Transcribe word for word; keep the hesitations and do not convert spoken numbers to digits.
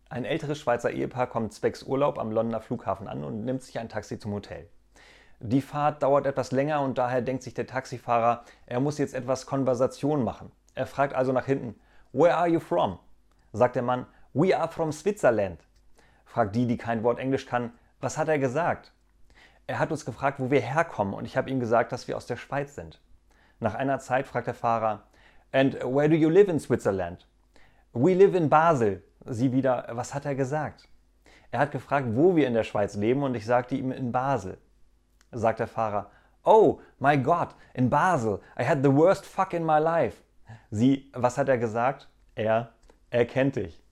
Ein älteres Schweizer Ehepaar kommt zwecks Urlaub am Londoner Flughafen an und nimmt sich ein Taxi zum Hotel. Die Fahrt dauert etwas länger und daher denkt sich der Taxifahrer, er muss jetzt etwas Konversation machen. Er fragt also nach hinten: "Where are you from?" Sagt der Mann: "We are from Switzerland." Fragt die, die kein Wort Englisch kann: "Was hat er gesagt?" "Er hat uns gefragt, wo wir herkommen, und ich habe ihm gesagt, dass wir aus der Schweiz sind." Nach einer Zeit fragt der Fahrer: "And where do you live in Switzerland?" "We live in Basel." Sie wieder: "Was hat er gesagt?" "Er hat gefragt, wo wir in der Schweiz leben, und ich sagte ihm in Basel." Sagt der Fahrer: "Oh, my God, in Basel. I had the worst fuck in my life." Sie: "Was hat er gesagt?" Er: "Er kennt dich."